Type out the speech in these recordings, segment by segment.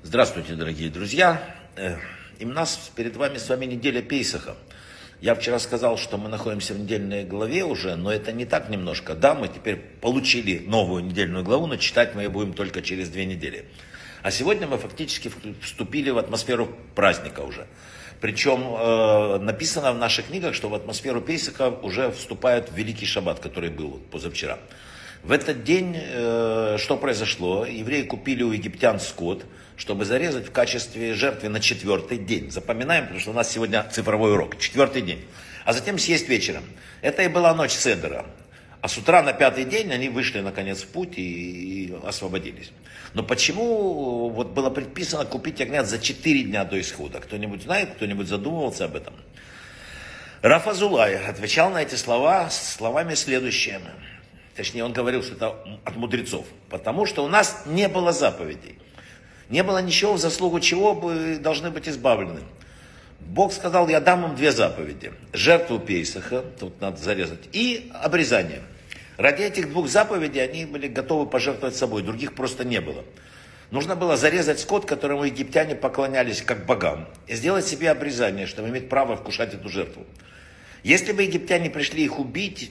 Здравствуйте, дорогие друзья. И у нас перед вами с вами неделя Пейсаха. Я вчера сказал, что мы находимся в недельной главе уже, но это не так немножко. Да, мы теперь получили новую недельную главу, но читать мы ее будем только через 2 недели. А сегодня мы фактически вступили в атмосферу праздника уже. Причем написано в наших книгах, что в атмосферу Пейсаха уже вступает Великий Шаббат, который был позавчера. В этот день что произошло? Евреи купили у египтян скот, чтобы зарезать в качестве жертвы на 4-й день. Запоминаем, потому что у нас сегодня цифровой урок. 4-й день. А затем съесть вечером. Это и была ночь Седера. А с утра на 5-й день они вышли наконец в путь и освободились. Но почему вот было предписано купить ягнят за 4 дня до исхода? Кто-нибудь знает, кто-нибудь задумывался об этом? Раф Азулай отвечал на эти слова словами следующими. Точнее, он говорил, что это от мудрецов. Потому что у нас не было заповедей. Не было ничего, в заслугу чего бы должны быть избавлены. Бог сказал, я дам им 2 заповеди. Жертву Пейсаха, тут надо зарезать, и обрезание. Ради этих 2 заповедей они были готовы пожертвовать собой, других просто не было. Нужно было зарезать скот, которому египтяне поклонялись как богам, и сделать себе обрезание, чтобы иметь право вкушать эту жертву. Если бы египтяне пришли их убить,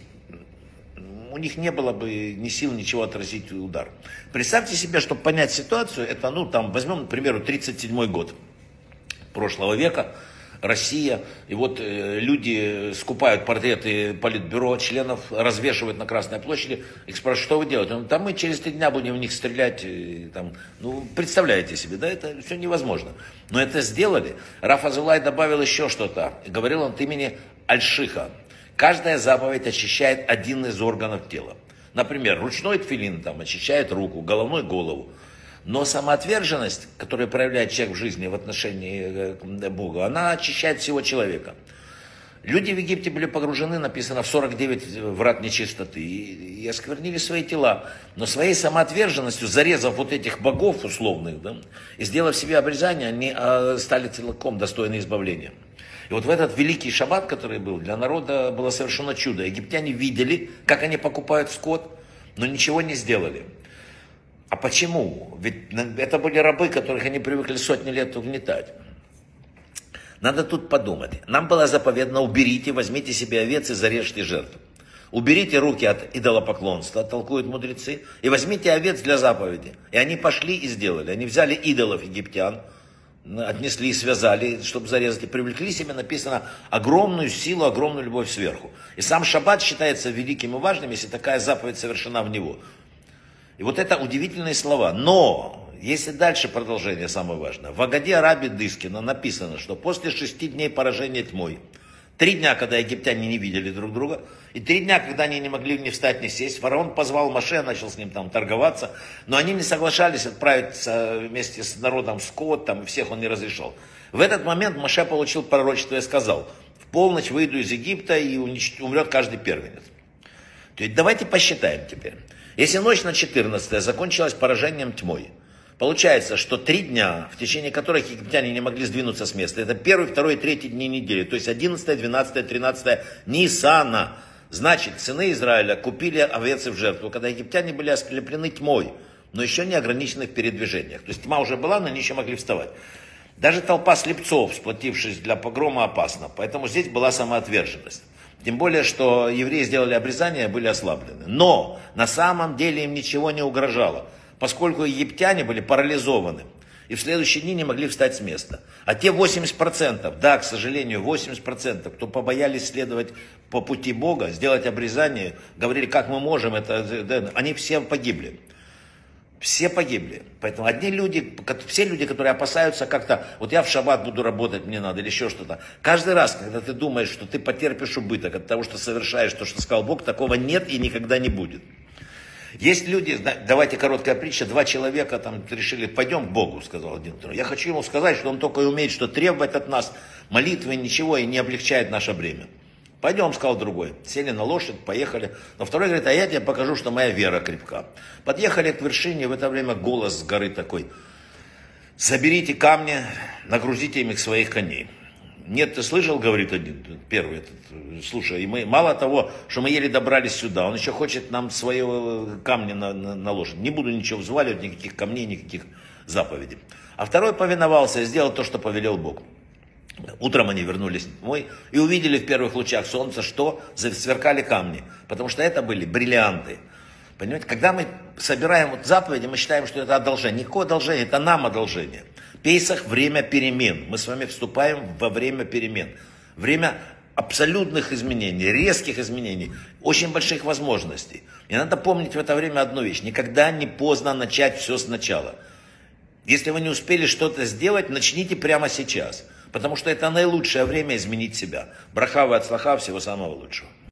у них не было бы ни сил ничего отразить удар. Представьте себе, чтобы понять ситуацию, это, возьмем, к примеру, 37-й год прошлого века, Россия, и вот люди скупают портреты политбюро, членов, развешивают на Красной площади, их спрашивают, что вы делаете? Там мы через 3 дня будем в них стрелять, представляете себе, да, это все невозможно. Но это сделали. Раф Азулай добавил еще что-то, говорил он от имени Аль-Шиха. Каждая заповедь очищает один из органов тела. Например, ручной тфилин очищает руку, головной голову. Но самоотверженность, которую проявляет человек в жизни в отношении к Богу, она очищает всего человека. Люди в Египте были погружены, написано, в 49 врат нечистоты и осквернили свои тела. Но своей самоотверженностью, зарезав вот этих богов условных, и сделав себе обрезание, они стали целиком достойны избавления. И вот в этот великий шаббат, который был, для народа было совершено чудо. Египтяне видели, как они покупают скот, но ничего не сделали. А почему? Ведь это были рабы, которых они привыкли сотни лет угнетать. Надо тут подумать. Нам было заповедано: уберите, возьмите себе овец и зарежьте жертву. Уберите руки от идолопоклонства, толкуют мудрецы, и возьмите овец для заповеди. И они пошли и сделали. Они взяли идолов египтян, отнесли и связали, чтобы зарезать, и привлекли себе, написано, огромную силу, огромную любовь сверху. И сам шаббат считается великим и важным, если такая заповедь совершена в него. И вот это удивительные слова. Но, если дальше продолжение самое важное. В Агаде Раби Дискина написано, что после 6 дней поражения тьмой, 3 дня, когда египтяне не видели друг друга, и 3 дня, когда они не могли ни встать, ни сесть, фараон позвал Моше, начал с ним торговаться, но они не соглашались отправиться вместе с народом в скот, и всех он не разрешал. В этот момент Моше получил пророчество и сказал: в полночь выйду из Египта, и умрет каждый первенец. То есть давайте посчитаем теперь. Если ночь на 14 закончилась поражением тьмой, получается, что 3 дня, в течение которых египтяне не могли сдвинуться с места, это 1, 2 и 3 дни недели, то есть 11, 12, 13 Нисана. Значит, сыны Израиля купили овец в жертву, когда египтяне были ослеплены тьмой, но еще не ограничены в передвижениях. То есть тьма уже была, но они еще могли вставать. Даже толпа слепцов, сплотившись для погрома, опасна. Поэтому здесь была самоотверженность. Тем более, что евреи сделали обрезание, были ослаблены. Но на самом деле им ничего не угрожало, поскольку египтяне были парализованы и в следующие дни не могли встать с места. А те 80%, да, к сожалению, 80%, кто побоялись следовать по пути Бога, сделать обрезание, говорили, как мы можем, они все погибли. Все погибли. Поэтому все люди, которые опасаются как-то, вот я в шаббат буду работать, мне надо, или еще что-то. Каждый раз, когда ты думаешь, что ты потерпишь убыток от того, что совершаешь то, что сказал Бог, такого нет и никогда не будет. Есть люди, давайте короткая притча, 2 человека решили, пойдем к Богу, сказал один. Я хочу ему сказать, что он только и умеет, что требовать от нас молитвы, ничего, и не облегчает наше бремя. Пойдем, сказал другой. Сели на лошадь, поехали. Но второй говорит, а я тебе покажу, что моя вера крепка. Подъехали к вершине, в это время голос с горы такой: заберите камни, нагрузите ими своих коней. Нет, ты слышал, говорит один, первый, слушай, и мы, мало того, что мы еле добрались сюда, он еще хочет нам свои камни на лошадь. Не буду ничего взваливать, никаких камней, никаких заповеди. А второй повиновался и сделал то, что повелел Бог. Утром они вернулись домой и увидели в первых лучах солнца, что сверкали камни, потому что это были бриллианты. Понимаете, когда мы собираем вот заповеди, мы считаем, что это одолжение. Никакое одолжение, это нам одолжение. Песах – время перемен. Мы с вами вступаем во время перемен. Время абсолютных изменений, резких изменений, очень больших возможностей. И надо помнить в это время одну вещь. Никогда не поздно начать все сначала. Если вы не успели что-то сделать, начните прямо сейчас. Потому что это наилучшее время изменить себя. Браха ва ацлаха, всего самого лучшего.